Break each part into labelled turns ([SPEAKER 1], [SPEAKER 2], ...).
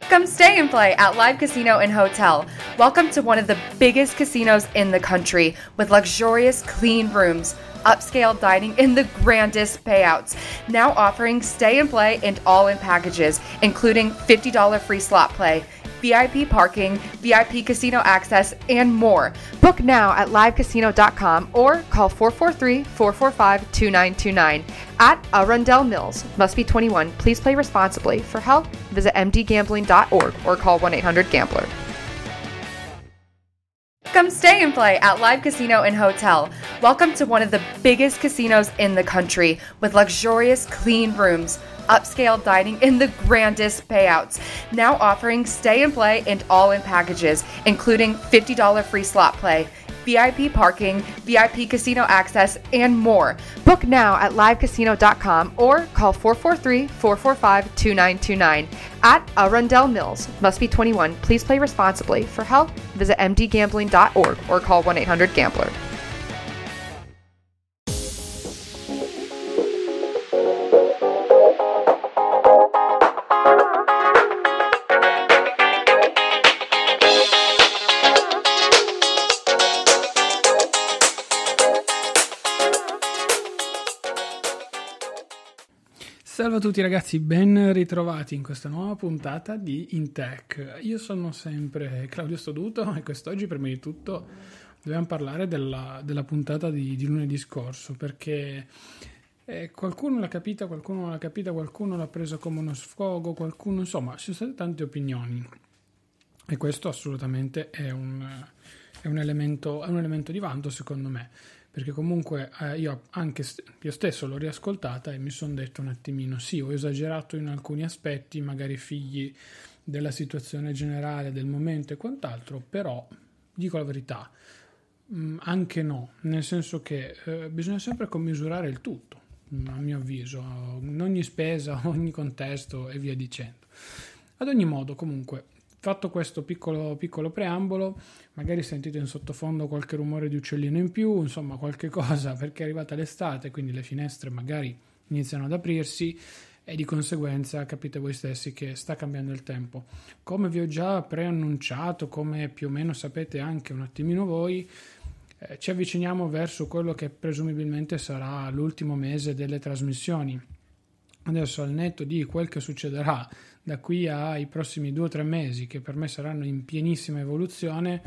[SPEAKER 1] Come stay and play at Live Casino and Hotel. Welcome to one of the biggest casinos in the country with luxurious, clean rooms, upscale dining, and the grandest payouts. Now offering stay and play and all-in packages, including $50 free slot play, VIP parking, VIP casino access, and more. Book now at livecasino.com or call 443-445-2929. At Arundel Mills. Must be 21. Please play responsibly. For help, visit mdgambling.org or call 1-800-GAMBLER. Come stay and play at Live Casino and Hotel. Welcome to one of the biggest casinos in the country with luxurious, clean rooms, upscale dining, and the grandest payouts. Now offering stay and play and all-in packages, including $50 free slot play, VIP parking, VIP casino access, and more. Book now at livecasino.com or call 443-445-2929. At Arundel Mills. Must be 21. Please play responsibly. For help, visit mdgambling.org or call 1-800-GAMBLER.
[SPEAKER 2] Salve a tutti ragazzi, ben ritrovati in questa nuova puntata di InTech. Io sono sempre Claudio Stoduto e quest'oggi prima di tutto dobbiamo parlare della puntata di lunedì scorso, perché qualcuno l'ha capita, qualcuno non l'ha capita, qualcuno l'ha preso come uno sfogo, qualcuno, insomma, ci sono state tante opinioni e questo assolutamente è un elemento di vanto secondo me. Perché comunque io stesso l'ho riascoltata e mi sono detto un attimino sì, ho esagerato in alcuni aspetti, magari figli della situazione generale del momento e quant'altro, però dico la verità, anche no, nel senso che bisogna sempre commisurare il tutto, a mio avviso, in ogni spesa, ogni contesto e via dicendo. Ad ogni modo, comunque, fatto questo piccolo preambolo, magari sentite in sottofondo qualche rumore di uccellino in più, insomma qualche cosa, perché è arrivata l'estate, quindi le finestre magari iniziano ad aprirsi e di conseguenza capite voi stessi che sta cambiando il tempo. Come vi ho già preannunciato, come più o meno sapete anche un attimino voi, ci avviciniamo verso quello che presumibilmente sarà l'ultimo mese delle trasmissioni. Adesso, al netto di quel che succederà da qui ai prossimi 2 o 3 mesi, che per me saranno in pienissima evoluzione,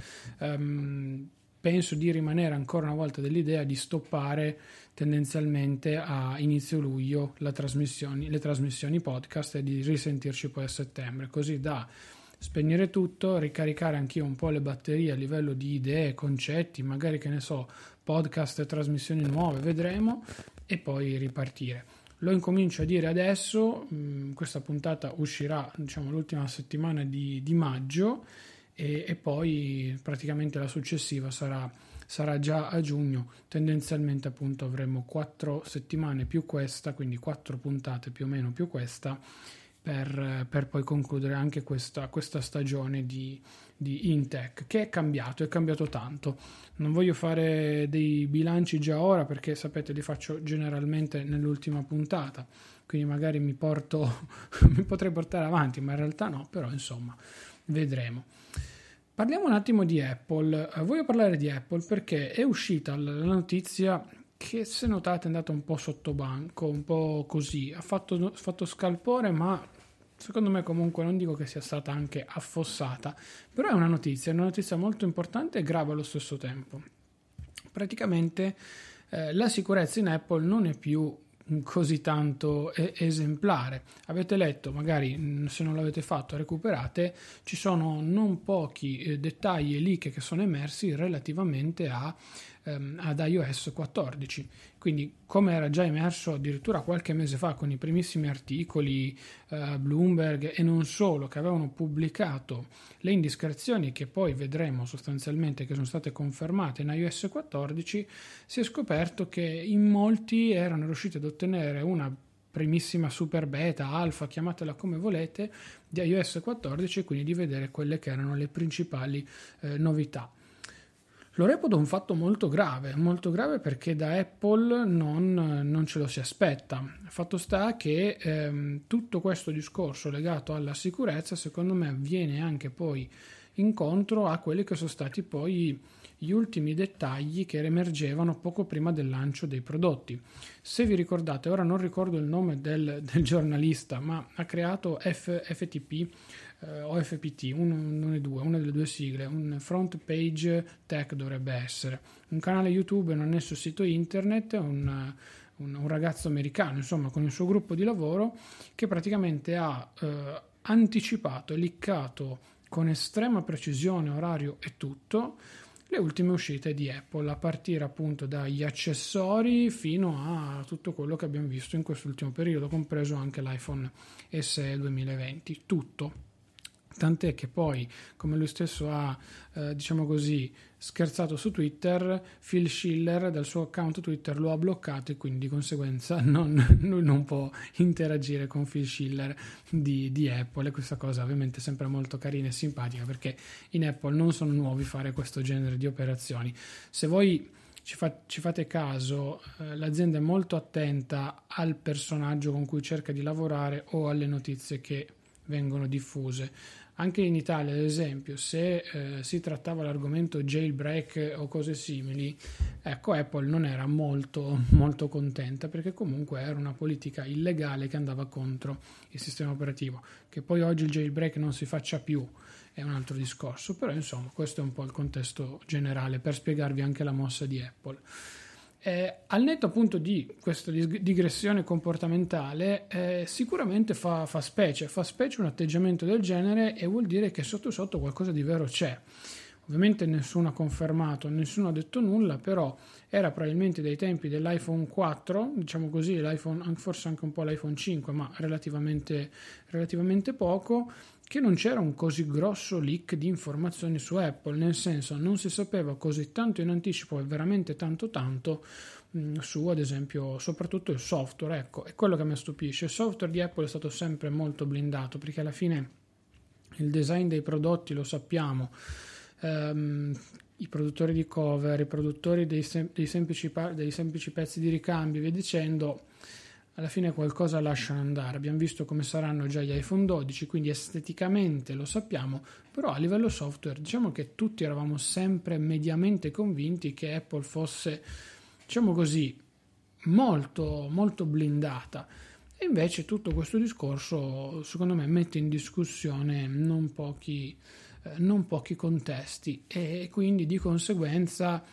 [SPEAKER 2] penso di rimanere ancora una volta dell'idea di stoppare tendenzialmente a inizio luglio le trasmissioni podcast e di risentirci poi a settembre, così da spegnere tutto, ricaricare anch'io un po' le batterie a livello di idee, concetti, magari che ne so, podcast e trasmissioni nuove, vedremo, e poi ripartire. Lo incomincio a dire adesso, questa puntata uscirà l'ultima settimana di maggio e poi praticamente la successiva sarà già a giugno. Tendenzialmente appunto avremo 4 settimane più questa, quindi 4 puntate più o meno più questa, per poi concludere anche questa stagione di InTech, che è cambiato tanto. Non voglio fare dei bilanci già ora perché sapete li faccio generalmente nell'ultima puntata, quindi magari mi potrei portare avanti, ma in realtà no, però insomma vedremo. Parliamo un attimo di Apple. Voglio parlare di Apple perché è uscita la notizia che, se notate, è andata un po' sotto banco, un po' così, ha fatto scalpore, ma secondo me comunque non dico che sia stata anche affossata, però è una notizia molto importante e grave allo stesso tempo. Praticamente la sicurezza in Apple non è più così tanto esemplare. Avete letto, magari se non l'avete fatto recuperate, ci sono non pochi dettagli e leak che sono emersi relativamente ad iOS 14, quindi come era già emerso addirittura qualche mese fa con i primissimi articoli Bloomberg e non solo, che avevano pubblicato le indiscrezioni che poi vedremo sostanzialmente che sono state confermate in iOS 14, si è scoperto che in molti erano riusciti ad ottenere una primissima super beta, alfa, chiamatela come volete, di iOS 14, quindi di vedere quelle che erano le principali novità. Lo reputo un fatto molto grave perché da Apple non ce lo si aspetta. Fatto sta che tutto questo discorso legato alla sicurezza, secondo me, viene anche poi incontro a quelli che sono stati poi gli ultimi dettagli che emergevano poco prima del lancio dei prodotti. Se vi ricordate, ora non ricordo il nome del giornalista, ma ha creato FTP o FPT, una delle due sigle, un front page tech dovrebbe essere, un canale YouTube e un annesso sito internet, un ragazzo americano, insomma, con il suo gruppo di lavoro, che praticamente ha anticipato e liccato con estrema precisione, orario e tutto, le ultime uscite di Apple, a partire appunto dagli accessori fino a tutto quello che abbiamo visto in quest'ultimo periodo, compreso anche l'iPhone SE 2020, tutto. Tant'è che poi, come lui stesso ha, diciamo così, scherzato su Twitter, Phil Schiller dal suo account Twitter lo ha bloccato e quindi di conseguenza lui non può interagire con Phil Schiller di Apple, e questa cosa ovviamente è sempre molto carina e simpatica, perché in Apple non sono nuovi fare questo genere di operazioni. Se voi ci fate caso, l'azienda è molto attenta al personaggio con cui cerca di lavorare o alle notizie che vengono diffuse. Anche in Italia, ad esempio, se si trattava l'argomento jailbreak o cose simili, ecco, Apple non era molto contenta, perché comunque era una politica illegale che andava contro il sistema operativo. Che poi oggi il jailbreak non si faccia più è un altro discorso, però insomma questo è un po' il contesto generale per spiegarvi anche la mossa di Apple. Al netto appunto di questa digressione comportamentale, sicuramente fa specie un atteggiamento del genere, e vuol dire che sotto sotto qualcosa di vero c'è. Ovviamente nessuno ha confermato, nessuno ha detto nulla, però era probabilmente dai tempi dell'iPhone 4, diciamo così, l'iPhone, forse anche un po' l'iPhone 5, ma relativamente poco, che non c'era un così grosso leak di informazioni su Apple, nel senso non si sapeva così tanto in anticipo e veramente tanto su, ad esempio, soprattutto il software. Ecco, è quello che mi stupisce. Il software di Apple è stato sempre molto blindato, perché alla fine il design dei prodotti lo sappiamo, i produttori di cover, i produttori dei semplici pezzi di ricambio e via dicendo, alla fine qualcosa lasciano andare. Abbiamo visto come saranno già gli iPhone 12, quindi esteticamente lo sappiamo, però a livello software diciamo che tutti eravamo sempre mediamente convinti che Apple fosse, diciamo così, molto molto blindata, e invece tutto questo discorso secondo me mette in discussione non pochi contesti, e quindi di conseguenza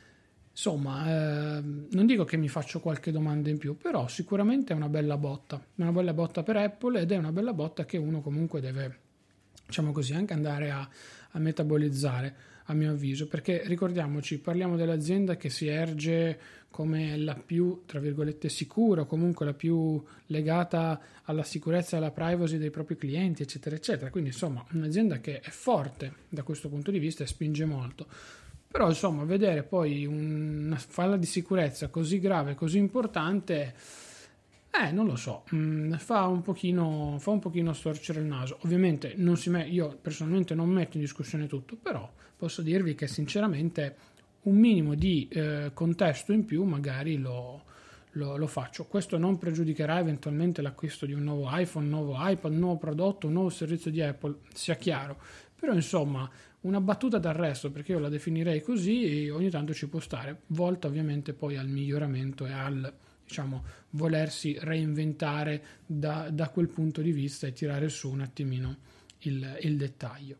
[SPEAKER 2] insomma, non dico che mi faccio qualche domanda in più, però sicuramente è una bella botta per Apple, ed è una bella botta che uno comunque deve, diciamo così, anche andare a metabolizzare, a mio avviso, perché ricordiamoci, parliamo dell'azienda che si erge come la più, tra virgolette, sicura, comunque la più legata alla sicurezza e alla privacy dei propri clienti, eccetera eccetera, quindi insomma un'azienda che è forte da questo punto di vista e spinge molto. Però insomma vedere poi una falla di sicurezza così grave, così importante, non lo so, fa un pochino storcere il naso. Ovviamente io personalmente non metto in discussione tutto, però posso dirvi che sinceramente un minimo di contesto in più magari lo faccio. Questo non pregiudicherà eventualmente l'acquisto di un nuovo iPhone, un nuovo iPad, un nuovo prodotto, un nuovo servizio di Apple, sia chiaro. Però insomma una battuta d'arresto, perché io la definirei così, e ogni tanto ci può stare, volta ovviamente poi al miglioramento e al, diciamo, volersi reinventare da quel punto di vista e tirare su un attimino il dettaglio.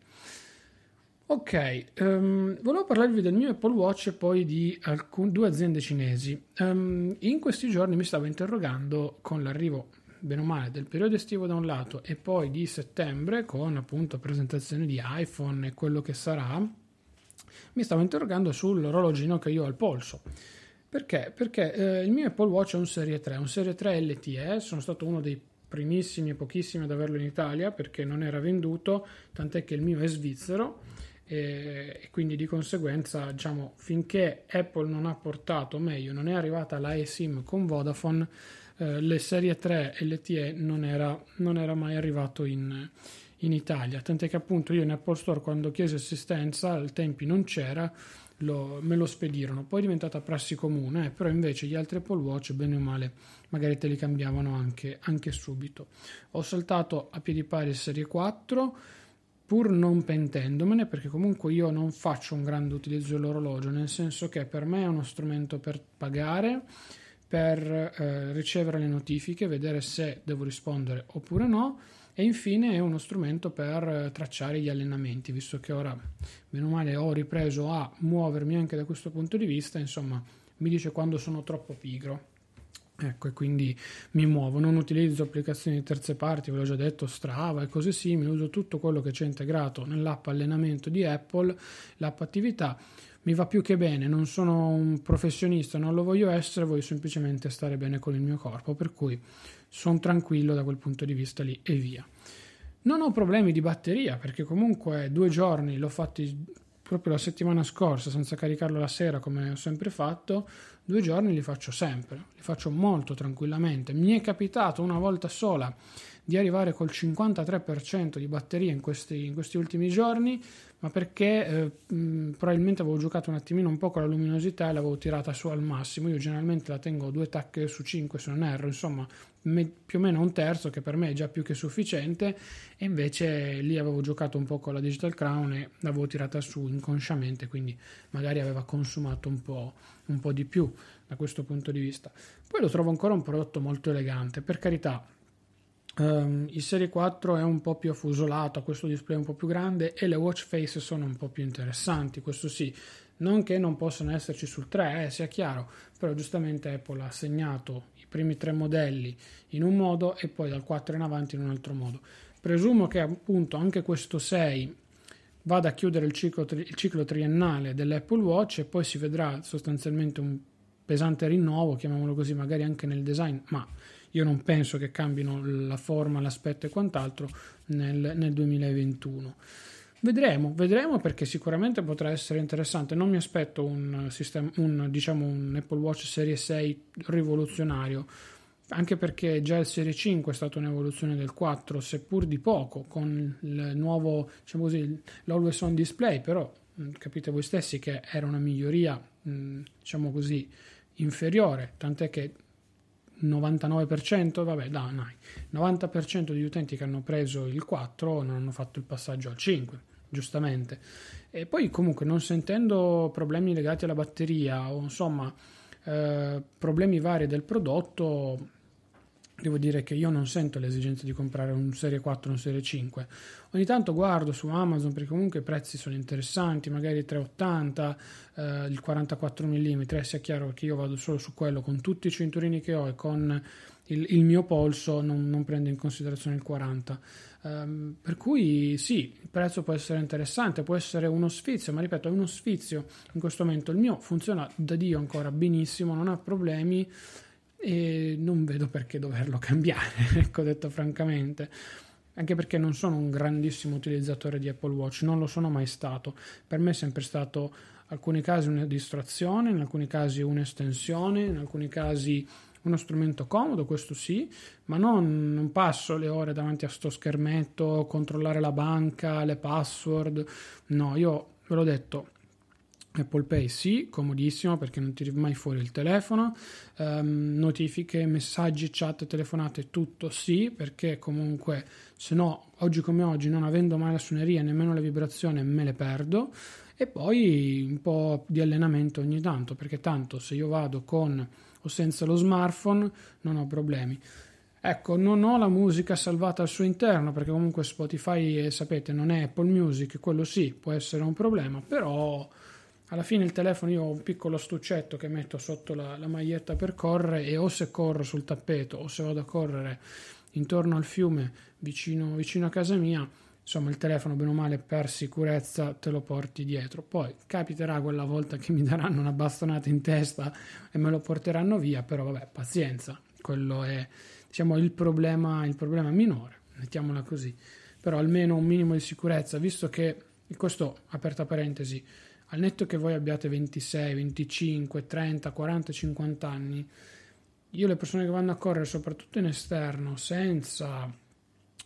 [SPEAKER 2] Ok, volevo parlarvi del mio Apple Watch e poi di due aziende cinesi. In questi giorni mi stavo interrogando, con l'arrivo bene o male del periodo estivo da un lato e poi di settembre, con appunto presentazioni di iPhone e quello che sarà, mi stavo interrogando sull'orologino che io ho al polso. Perché? Perché il mio Apple Watch è un Serie 3 LTE, sono stato uno dei primissimi e pochissimi ad averlo in Italia perché non era venduto, tant'è che il mio è svizzero, e quindi di conseguenza, diciamo, finché Apple non ha portato, meglio, non è arrivata la eSIM con Vodafone, le serie 3 LTE non era mai arrivato in in Italia, tant'è che appunto io in Apple Store quando chiesi assistenza ai tempi non c'era, me lo spedirono, poi è diventata prassi comune, però invece gli altri Apple Watch bene o male magari te li cambiavano anche subito. Ho saltato a piedi pari serie 4 pur non pentendomene, perché comunque io non faccio un grande utilizzo dell'orologio, nel senso che per me è uno strumento per pagare, per ricevere le notifiche, vedere se devo rispondere oppure no, e infine è uno strumento per tracciare gli allenamenti, visto che ora bene o male ho ripreso a muovermi anche da questo punto di vista, insomma mi dice quando sono troppo pigro. Ecco, e quindi mi muovo, non utilizzo applicazioni di terze parti, ve l'ho già detto, Strava e cose simili, uso tutto quello che c'è integrato nell'app allenamento di Apple, l'app attività, mi va più che bene, non sono un professionista, non lo voglio essere, voglio semplicemente stare bene con il mio corpo, per cui sono tranquillo da quel punto di vista lì e via. Non ho problemi di batteria, perché comunque 2 giorni l'ho fatti proprio la settimana scorsa senza caricarlo la sera come ho sempre fatto, 2 giorni li faccio sempre, li faccio molto tranquillamente. Mi è capitato una volta sola di arrivare col 53% di batteria in questi ultimi giorni, ma perché probabilmente avevo giocato un attimino un po' con la luminosità e l'avevo tirata su al massimo. Io generalmente la tengo 2 tacche su 5 se non erro, insomma più o meno un terzo, che per me è già più che sufficiente, e invece lì avevo giocato un po' con la Digital Crown e l'avevo tirata su inconsciamente, quindi magari aveva consumato un po' di più da questo punto di vista. Poi lo trovo ancora un prodotto molto elegante, per carità. Il Serie 4 è un po' più affusolato, ha questo display un po' più grande e le watch face sono un po' più interessanti, questo sì, non che non possano esserci sul 3, sia chiaro, però giustamente Apple ha assegnato i primi 3 modelli in un modo e poi dal 4 in avanti in un altro modo. Presumo che appunto anche questo 6 vada a chiudere il ciclo triennale dell'Apple Watch e poi si vedrà sostanzialmente un pesante rinnovo, chiamiamolo così, magari anche nel design, ma io non penso che cambino la forma, l'aspetto e quant'altro nel 2021. Vedremo perché sicuramente potrà essere interessante. Non mi aspetto un Apple Watch Serie 6 rivoluzionario, anche perché già il Serie 5 è stata un'evoluzione del 4, seppur di poco, con il nuovo, diciamo così, l'Always On Display, però capite voi stessi che era una miglioria, diciamo così, inferiore, tant'è che 99%, vabbè dai, 90% degli utenti che hanno preso il 4 non hanno fatto il passaggio al 5, giustamente. E poi comunque non sentendo problemi legati alla batteria o insomma problemi vari del prodotto, devo dire che io non sento l'esigenza di comprare un Serie 4 o un Serie 5. Ogni tanto guardo su Amazon perché comunque i prezzi sono interessanti, magari 380, il 44 mm, sia chiaro che io vado solo su quello con tutti i cinturini che ho e con il mio polso, non prendo in considerazione il 40. Per cui sì, il prezzo può essere interessante, può essere uno sfizio, ma ripeto, è uno sfizio in questo momento. Il mio funziona da Dio ancora benissimo, non ha problemi, e non vedo perché doverlo cambiare, ecco, detto francamente, anche perché non sono un grandissimo utilizzatore di Apple Watch, non lo sono mai stato. Per me è sempre stato in alcuni casi una distrazione, in alcuni casi un'estensione, in alcuni casi uno strumento comodo, questo sì, ma non passo le ore davanti a sto schermetto, controllare la banca, le password. No, io ve l'ho detto, Apple Pay sì, comodissimo perché non tiri mai fuori il telefono, notifiche, messaggi, chat, telefonate, tutto sì, perché comunque se no oggi come oggi, non avendo mai la suoneria nemmeno la vibrazione, me le perdo. E poi un po' di allenamento ogni tanto, perché tanto se io vado con o senza lo smartphone non ho problemi. Ecco, non ho la musica salvata al suo interno perché comunque Spotify, sapete, non è Apple Music, quello sì, può essere un problema, però alla fine il telefono, io ho un piccolo stuccetto che metto sotto la maglietta per correre, e o se corro sul tappeto o se vado a correre intorno al fiume vicino a casa mia, insomma il telefono bene o male per sicurezza te lo porti dietro. Poi capiterà quella volta che mi daranno una bastonata in testa e me lo porteranno via, però vabbè, pazienza, quello è, diciamo, il problema minore, mettiamola così. Però almeno un minimo di sicurezza, visto che, questo aperta parentesi, al netto che voi abbiate 26, 25, 30, 40, 50 anni, io le persone che vanno a correre soprattutto in esterno senza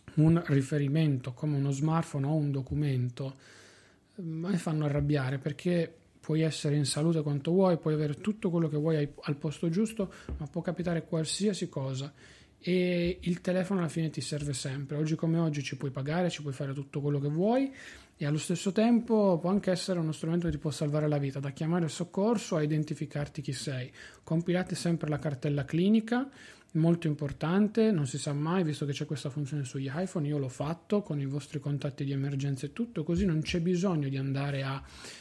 [SPEAKER 2] un riferimento come uno smartphone o un documento mi fanno arrabbiare, perché puoi essere in salute quanto vuoi, puoi avere tutto quello che vuoi al posto giusto, ma può capitare qualsiasi cosa e il telefono alla fine ti serve sempre. Oggi come oggi ci puoi pagare, ci puoi fare tutto quello che vuoi e allo stesso tempo può anche essere uno strumento che ti può salvare la vita, da chiamare il soccorso a identificarti chi sei. Compilate sempre la cartella clinica, molto importante, non si sa mai, visto che c'è questa funzione sugli iPhone. Io l'ho fatto con i vostri contatti di emergenza e tutto, così non c'è bisogno di andare a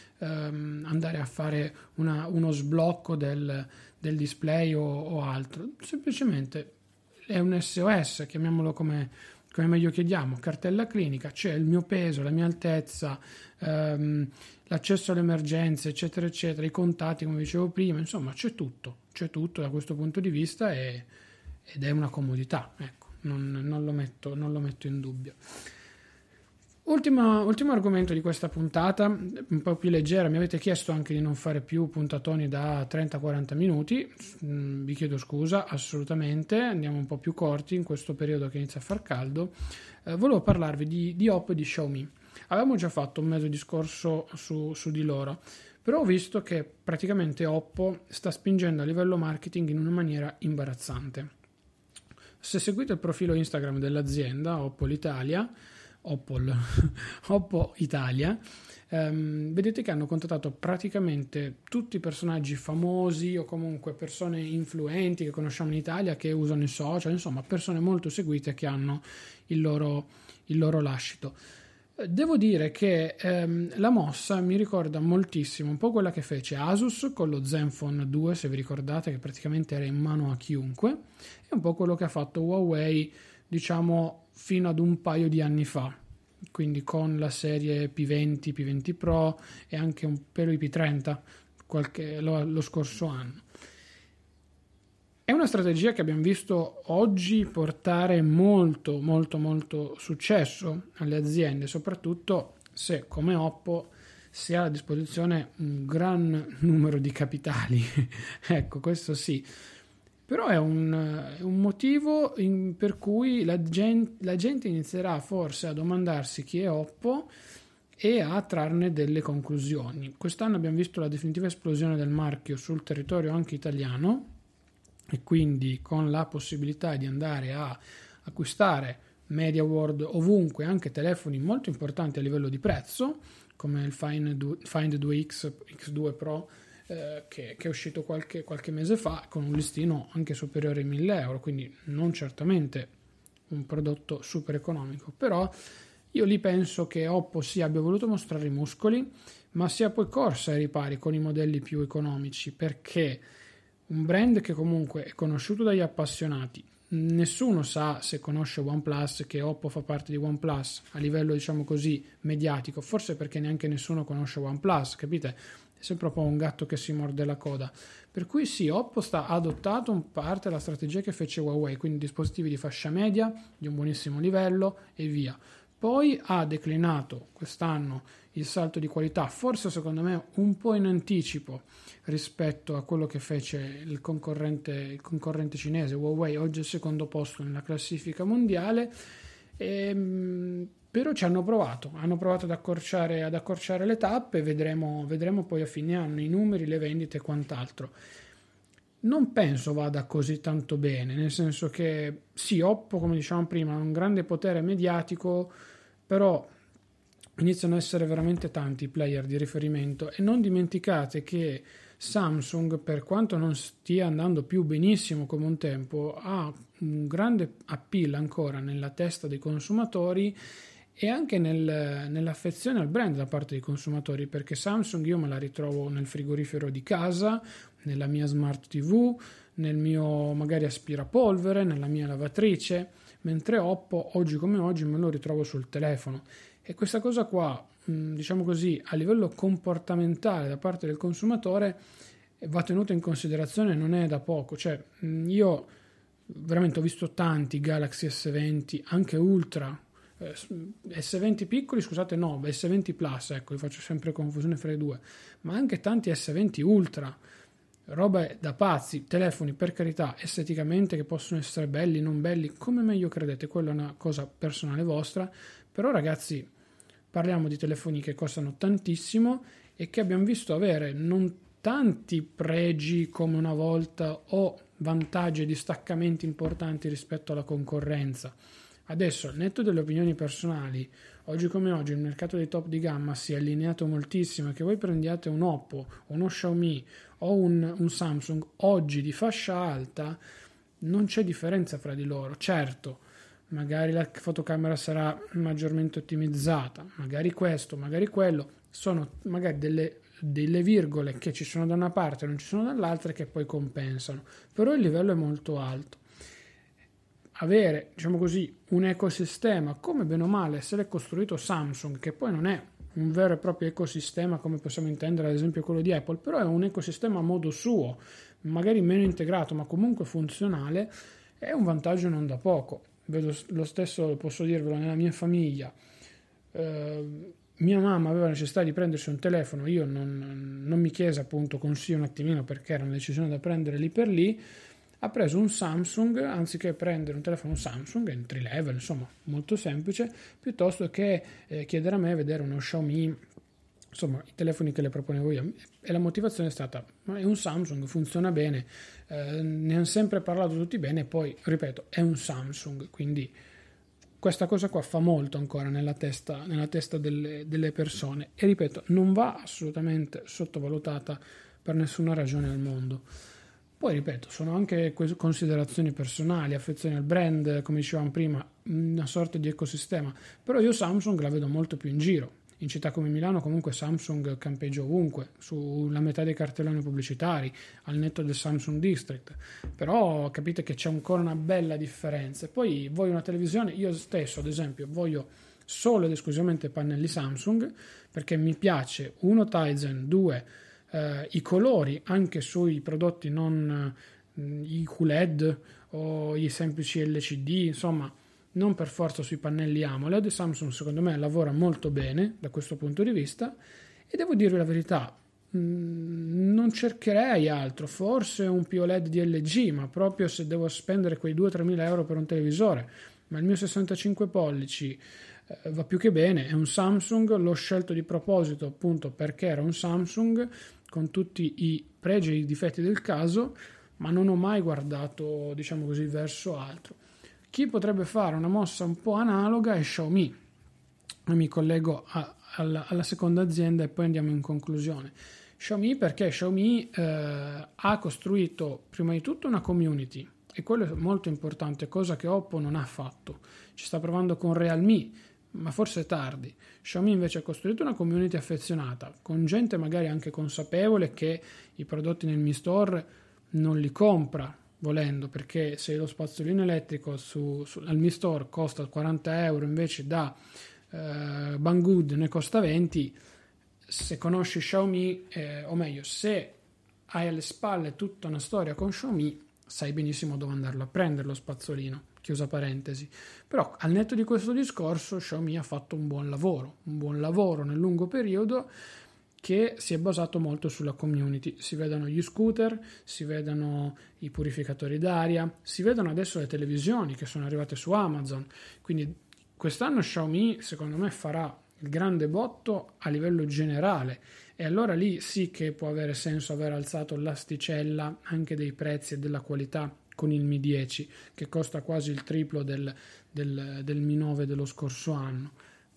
[SPEAKER 2] fare uno sblocco del display o altro. Semplicemente è un SOS, chiamiamolo come meglio chiediamo, cartella clinica, c'è il mio peso, la mia altezza, l'accesso alle emergenze, eccetera eccetera, i contatti come dicevo prima, insomma c'è tutto da questo punto di vista ed è una comodità, ecco, non lo metto in dubbio. Ultimo argomento di questa puntata, un po' più leggera. Mi avete chiesto anche di non fare più puntatoni da 30-40 minuti, vi chiedo scusa, assolutamente, andiamo un po' più corti in questo periodo che inizia a far caldo. Volevo parlarvi di Oppo e di Xiaomi. Avevamo già fatto un mezzo discorso su di loro, però ho visto che praticamente Oppo sta spingendo a livello marketing in una maniera imbarazzante. Se seguite il profilo Instagram dell'azienda Oppo Italia, vedete che hanno contattato praticamente tutti i personaggi famosi o comunque persone influenti che conosciamo in Italia, che usano i social, insomma persone molto seguite che hanno il loro lascito. Devo dire che la mossa mi ricorda moltissimo un po' quella che fece Asus con lo Zenfone 2, se vi ricordate, che praticamente era in mano a chiunque, e un po' quello che ha fatto Huawei, diciamo, fino ad un paio di anni fa, quindi con la serie P20, P20 Pro e anche un pelo i P30 lo scorso anno. È una strategia che abbiamo visto oggi portare molto molto molto successo alle aziende, soprattutto se come Oppo si ha a disposizione un gran numero di capitali. Ecco, questo sì. Però è un motivo per cui la gente inizierà forse a domandarsi chi è Oppo e a trarne delle conclusioni. Quest'anno abbiamo visto la definitiva esplosione del marchio sul territorio anche italiano, e quindi con la possibilità di andare a acquistare MediaWorld ovunque, anche telefoni molto importanti a livello di prezzo, come il Find 2X X2 Pro, che è uscito qualche mese fa con un listino anche superiore ai 1.000 euro, quindi non certamente un prodotto super economico. Però io lì penso che Oppo abbia voluto mostrare i muscoli, ma sia poi corsa ai ripari con i modelli più economici, perché un brand che comunque è conosciuto dagli appassionati, nessuno sa, se conosce OnePlus, che Oppo fa parte di OnePlus a livello, diciamo così, mediatico, forse perché neanche nessuno conosce OnePlus, capite? È sempre un po' un gatto che si morde la coda. Per cui sì, Oppo ha adottato in parte la strategia che fece Huawei, quindi dispositivi di fascia media, di un buonissimo livello e via. Poi ha declinato quest'anno il salto di qualità, forse secondo me un po' in anticipo rispetto a quello che fece il concorrente cinese. Huawei oggi è al secondo posto nella classifica mondiale, però ci hanno provato ad accorciare le tappe. Vedremo poi a fine anno i numeri, le vendite e quant'altro. Non penso vada così tanto bene, nel senso che sì, Oppo, come dicevamo prima, ha un grande potere mediatico, però iniziano ad essere veramente tanti i player di riferimento, e non dimenticate che Samsung, per quanto non stia andando più benissimo come un tempo, ha un grande appeal ancora nella testa dei consumatori e anche nell'affezione al brand da parte dei consumatori, perché Samsung io me la ritrovo nel frigorifero di casa, nella mia smart TV, nel mio magari aspirapolvere, nella mia lavatrice, mentre Oppo oggi come oggi me lo ritrovo sul telefono. E questa cosa qua, diciamo così, a livello comportamentale da parte del consumatore va tenuta in considerazione, non è da poco. Cioè, io veramente ho visto tanti Galaxy S20, anche Ultra, S20 piccoli, scusate, no, S20 Plus, ecco, io faccio sempre confusione fra i due, ma anche tanti S20 Ultra, roba da pazzi, telefoni per carità esteticamente che possono essere belli, non belli, come meglio credete, quella è una cosa personale vostra, però ragazzi parliamo di telefoni che costano tantissimo e che abbiamo visto avere non tanti pregi come una volta o vantaggi e distaccamenti importanti rispetto alla concorrenza. Adesso, al netto delle opinioni personali, oggi come oggi il mercato dei top di gamma si è allineato moltissimo, e che voi prendiate un Oppo, uno Xiaomi o un Samsung oggi di fascia alta, non c'è differenza fra di loro. Certo, magari la fotocamera sarà maggiormente ottimizzata, magari questo, magari quello, sono magari delle virgole che ci sono da una parte e non ci sono dall'altra che poi compensano, però il livello è molto alto. Avere, diciamo così, un ecosistema come bene o male se l'è costruito Samsung, che poi non è un vero e proprio ecosistema come possiamo intendere ad esempio quello di Apple, però è un ecosistema a modo suo, magari meno integrato ma comunque funzionale, è un vantaggio non da poco. Vedo lo stesso, posso dirvelo, nella mia famiglia. Mia mamma aveva necessità di prendersi un telefono, io non mi chiese appunto consiglio un attimino perché era una decisione da prendere lì per lì. Ha preso un Samsung anziché prendere un telefono Samsung entry level, insomma molto semplice, piuttosto che chiedere a me vedere uno Xiaomi, insomma i telefoni che le proponevo io, e la motivazione è stata: ma è un Samsung, funziona bene, ne hanno sempre parlato tutti bene, e poi ripeto è un Samsung, quindi questa cosa qua fa molto ancora nella testa delle persone, e ripeto non va assolutamente sottovalutata per nessuna ragione al mondo. Poi ripeto, sono anche considerazioni personali, affezioni al brand, come dicevamo prima, una sorta di ecosistema, però io Samsung la vedo molto più in giro. In città come Milano comunque Samsung campeggia ovunque, sulla metà dei cartelloni pubblicitari, al netto del Samsung District, però capite che c'è ancora una bella differenza. Poi voglio una televisione, io stesso ad esempio voglio solo ed esclusivamente pannelli Samsung, perché mi piace, uno Tizen, due i colori anche sui prodotti non i QLED o i semplici LCD, insomma non per forza sui pannelli AMOLED. Samsung secondo me lavora molto bene da questo punto di vista, e devo dirvi la verità, non cercherei altro, forse un POLED di LG, ma proprio se devo spendere quei 2-3 mila euro per un televisore, ma il mio 65 pollici va più che bene, è un Samsung, l'ho scelto di proposito appunto perché era un Samsung con tutti i pregi e i difetti del caso, ma non ho mai guardato, diciamo così, verso altro. Chi potrebbe fare una mossa un po' analoga è Xiaomi. Mi collego alla seconda azienda e poi andiamo in conclusione. Xiaomi, perché Xiaomi ha costruito prima di tutto una community, e quello è molto importante, cosa che Oppo non ha fatto. Ci sta provando con Realme, ma forse è tardi. Xiaomi invece ha costruito una community affezionata, con gente magari anche consapevole che i prodotti nel Mi Store non li compra volendo, perché se lo spazzolino elettrico al Mi Store costa 40 euro, invece da Banggood ne costa 20, se conosci Xiaomi, o meglio, se hai alle spalle tutta una storia con Xiaomi, sai benissimo dove andarlo a prendere lo spazzolino, chiusa parentesi. Però al netto di questo discorso Xiaomi ha fatto un buon lavoro nel lungo periodo, che si è basato molto sulla community. Si vedono gli scooter, si vedono i purificatori d'aria, si vedono adesso le televisioni che sono arrivate su Amazon, quindi quest'anno Xiaomi secondo me farà il grande botto a livello generale, e allora lì sì che può avere senso aver alzato l'asticella anche dei prezzi e della qualità con il Mi 10, che costa quasi il triplo del Mi 9 dello scorso anno.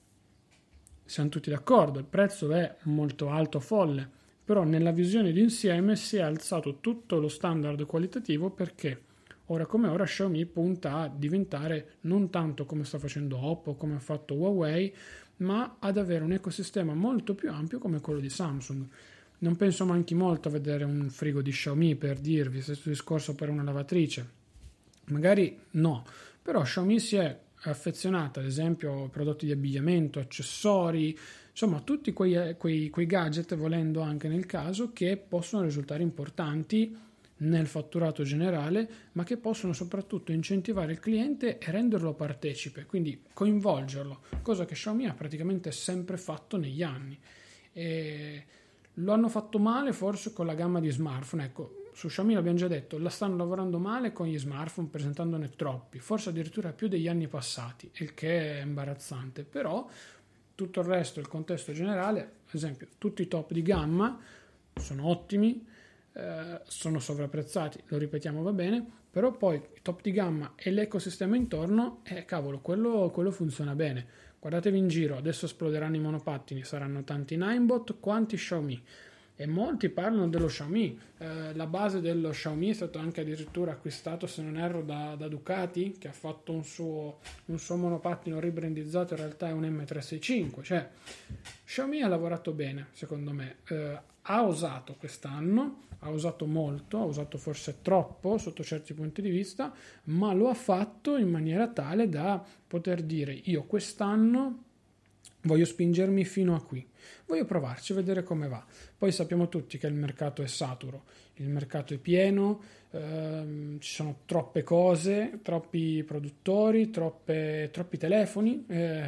[SPEAKER 2] Siamo tutti d'accordo, il prezzo è molto alto, folle, però nella visione d'insieme si è alzato tutto lo standard qualitativo, perché ora come ora Xiaomi punta a diventare non tanto come sta facendo Oppo, come ha fatto Huawei, ma ad avere un ecosistema molto più ampio come quello di Samsung. Non penso manchi molto a vedere un frigo di Xiaomi, per dirvi, stesso discorso per una lavatrice. Magari no, però Xiaomi si è affezionata ad esempio a prodotti di abbigliamento, accessori, insomma tutti quei gadget, volendo anche nel caso, che possono risultare importanti nel fatturato generale, ma che possono soprattutto incentivare il cliente e renderlo partecipe, quindi coinvolgerlo, cosa che Xiaomi ha praticamente sempre fatto negli anni. E Lo hanno fatto male forse con la gamma di smartphone, ecco, su Xiaomi l'abbiamo già detto, la stanno lavorando male con gli smartphone, presentandone troppi, forse addirittura più degli anni passati, il che è imbarazzante, però tutto il resto, il contesto generale, ad esempio, tutti i top di gamma sono ottimi, sono sovrapprezzati, lo ripetiamo, va bene, però poi i top di gamma e l'ecosistema intorno, cavolo, quello funziona bene. Guardatevi in giro, adesso esploderanno i monopattini, saranno tanti Ninebot quanti Xiaomi. E molti parlano dello Xiaomi, la base dello Xiaomi è stato anche addirittura acquistato, se non erro, da Ducati, che ha fatto un suo monopattino ribrandizzato, in realtà è un M365, cioè Xiaomi ha lavorato bene, secondo me, ha osato quest'anno, ha usato molto, ha usato forse troppo sotto certi punti di vista, ma lo ha fatto in maniera tale da poter dire: io quest'anno voglio spingermi fino a qui, voglio provarci, vedere come va. Poi sappiamo tutti che il mercato è saturo, il mercato è pieno, ci sono troppe cose, troppi produttori, troppi telefoni.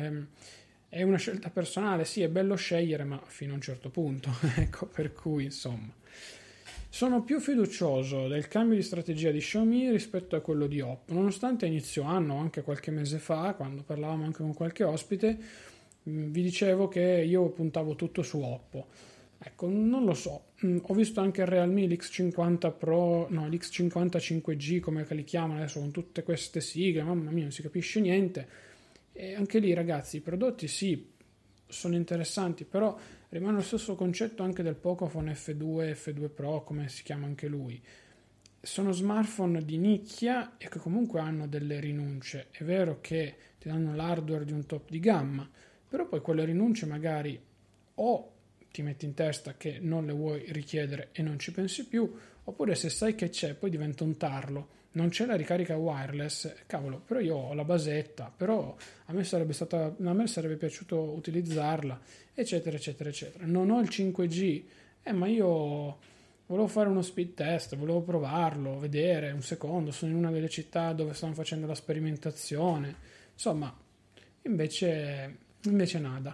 [SPEAKER 2] È una scelta personale, sì, è bello scegliere, ma fino a un certo punto. Ecco, per cui, insomma, sono più fiducioso del cambio di strategia di Xiaomi rispetto a quello di Oppo, nonostante a inizio anno, anche qualche mese fa, quando parlavamo anche con qualche ospite, vi dicevo che io puntavo tutto su Oppo. Ecco, non lo so, ho visto anche il Realme l'X50 Pro, no, l'X50 5G, come li chiamano adesso, con tutte queste sigle, mamma mia, non si capisce niente. E anche lì, ragazzi, i prodotti sì, sono interessanti, però rimane lo stesso concetto anche del Pocophone F2, F2 Pro, come si chiama anche lui. Sono smartphone di nicchia e che comunque hanno delle rinunce. È vero che ti danno l'hardware di un top di gamma, però poi quelle rinunce magari o ti metti in testa che non le vuoi richiedere e non ci pensi più, oppure se sai che c'è poi diventa un tarlo. Non c'è la ricarica wireless, cavolo, però io ho la basetta, però a me sarebbe piaciuto utilizzarla, eccetera, eccetera, eccetera. Non ho il 5G, ma io volevo fare uno speed test, volevo provarlo, vedere un secondo, sono in una delle città dove stanno facendo la sperimentazione, insomma, invece nada.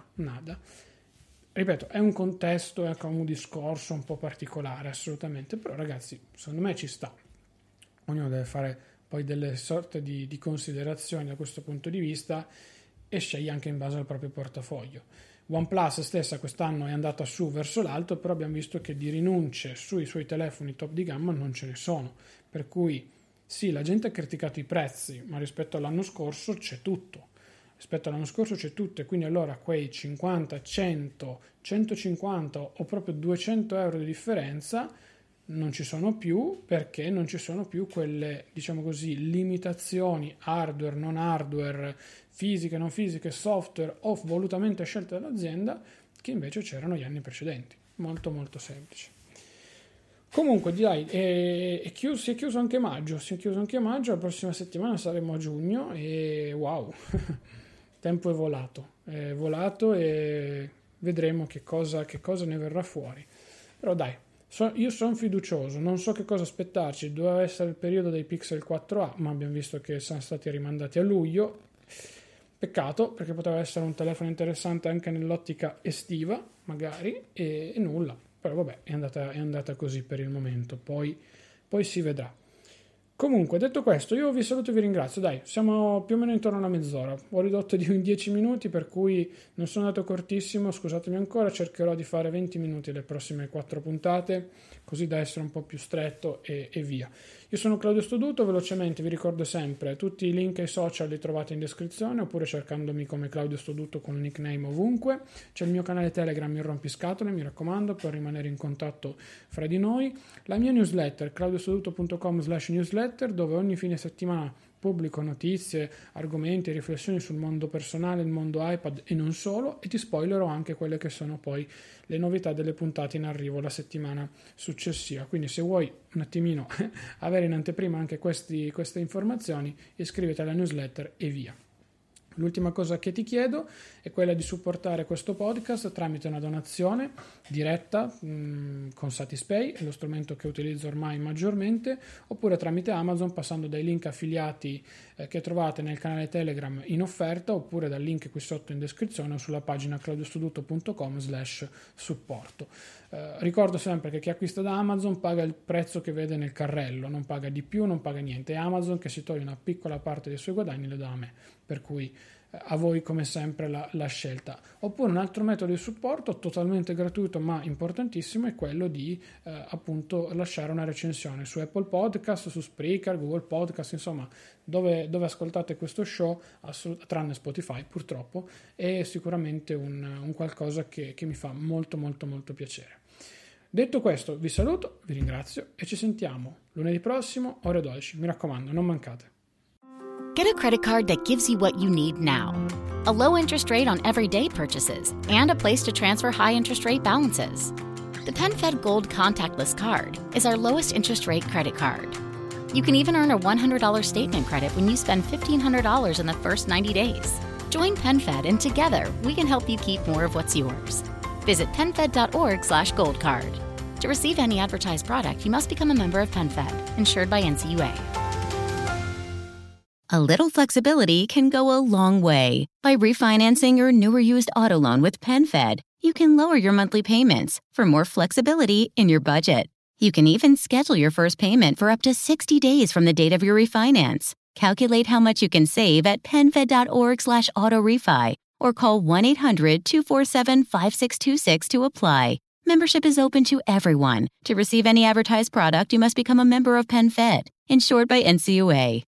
[SPEAKER 2] Ripeto, è un contesto, è un discorso un po' particolare, assolutamente, però ragazzi, secondo me ci sta. Ognuno deve fare poi delle sorte di considerazioni da questo punto di vista e sceglie anche in base al proprio portafoglio. OnePlus stessa quest'anno è andata su verso l'alto, però abbiamo visto che di rinunce sui suoi telefoni top di gamma non ce ne sono, per cui sì, la gente ha criticato i prezzi, ma rispetto all'anno scorso c'è tutto. Rispetto all'anno scorso c'è tutto, e quindi allora quei 50, 100, 150 o proprio 200 euro di differenza non ci sono più, perché non ci sono più quelle, diciamo così, limitazioni hardware, non hardware, fisiche, non fisiche, software o volutamente scelte dall'azienda che invece c'erano gli anni precedenti. Molto molto semplice. Comunque dai, si è chiuso anche maggio, la prossima settimana saremo a giugno e wow, tempo è volato e vedremo che cosa ne verrà fuori. Però dai, io sono fiducioso, non so che cosa aspettarci, doveva essere il periodo dei Pixel 4a, ma abbiamo visto che sono stati rimandati a luglio. Peccato, perché poteva essere un telefono interessante anche nell'ottica estiva, magari, e nulla. Però vabbè, è andata così per il momento, poi si vedrà. Comunque, detto questo, io vi saluto e vi ringrazio. Dai, siamo più o meno intorno alla mezz'ora. Ho ridotto di 10 minuti, per cui non sono andato cortissimo, scusatemi ancora, cercherò di fare 20 minuti le prossime 4 puntate, così da essere un po' più stretto e via. Io sono Claudio Stoduto, velocemente vi ricordo sempre, tutti i link ai social li trovate in descrizione, oppure cercandomi come Claudio Stoduto con il nickname ovunque. C'è il mio canale Telegram, il rompiscatole, mi raccomando, per rimanere in contatto fra di noi. La mia newsletter, claudiostoduto.com/newsletter, dove ogni fine settimana pubblico notizie, argomenti e riflessioni sul mondo personale, il mondo iPad e non solo, e ti spoilerò anche quelle che sono poi le novità delle puntate in arrivo la settimana successiva. Quindi se vuoi un attimino avere in anteprima anche queste informazioni, iscriviti alla newsletter e via. L'ultima cosa che ti chiedo è quella di supportare questo podcast tramite una donazione diretta con Satispay, è lo strumento che utilizzo ormai maggiormente, oppure tramite Amazon passando dai link affiliati che trovate nel canale Telegram in offerta, oppure dal link qui sotto in descrizione o sulla pagina claudiostoduto.com/supporto. Ricordo sempre che chi acquista da Amazon paga il prezzo che vede nel carrello, non paga di più, non paga niente. È Amazon che si toglie una piccola parte dei suoi guadagni e le dà a me, per cui a voi come sempre la scelta. Oppure un altro metodo di supporto totalmente gratuito ma importantissimo è quello di appunto lasciare una recensione su Apple Podcast, su Spreaker, Google Podcast, insomma dove ascoltate questo show, tranne Spotify purtroppo, è sicuramente un qualcosa che mi fa molto molto molto piacere. Detto questo, vi saluto, vi ringrazio e ci sentiamo lunedì prossimo ore 12, mi raccomando, non mancate.
[SPEAKER 3] Get a credit card that gives you what you need now. A low interest rate on everyday purchases and a place to transfer high interest rate balances. The PenFed Gold Contactless Card is our lowest interest rate credit card. You can even earn a $100 statement credit when you spend $1,500 in the first 90 days. Join PenFed and together we can help you keep more of what's yours. Visit PenFed.org/goldcard. To receive any advertised product, you must become a member of PenFed, insured by NCUA. A little flexibility can go a long way. By refinancing your new or used auto loan with PenFed, you can lower your monthly payments for more flexibility in your budget. You can even schedule your first payment for up to 60 days from the date of your refinance. Calculate how much you can save at PenFed.org/auto-refi or call 1-800-247-5626 to apply. Membership is open to everyone. To receive any advertised product, you must become a member of PenFed, insured by NCUA.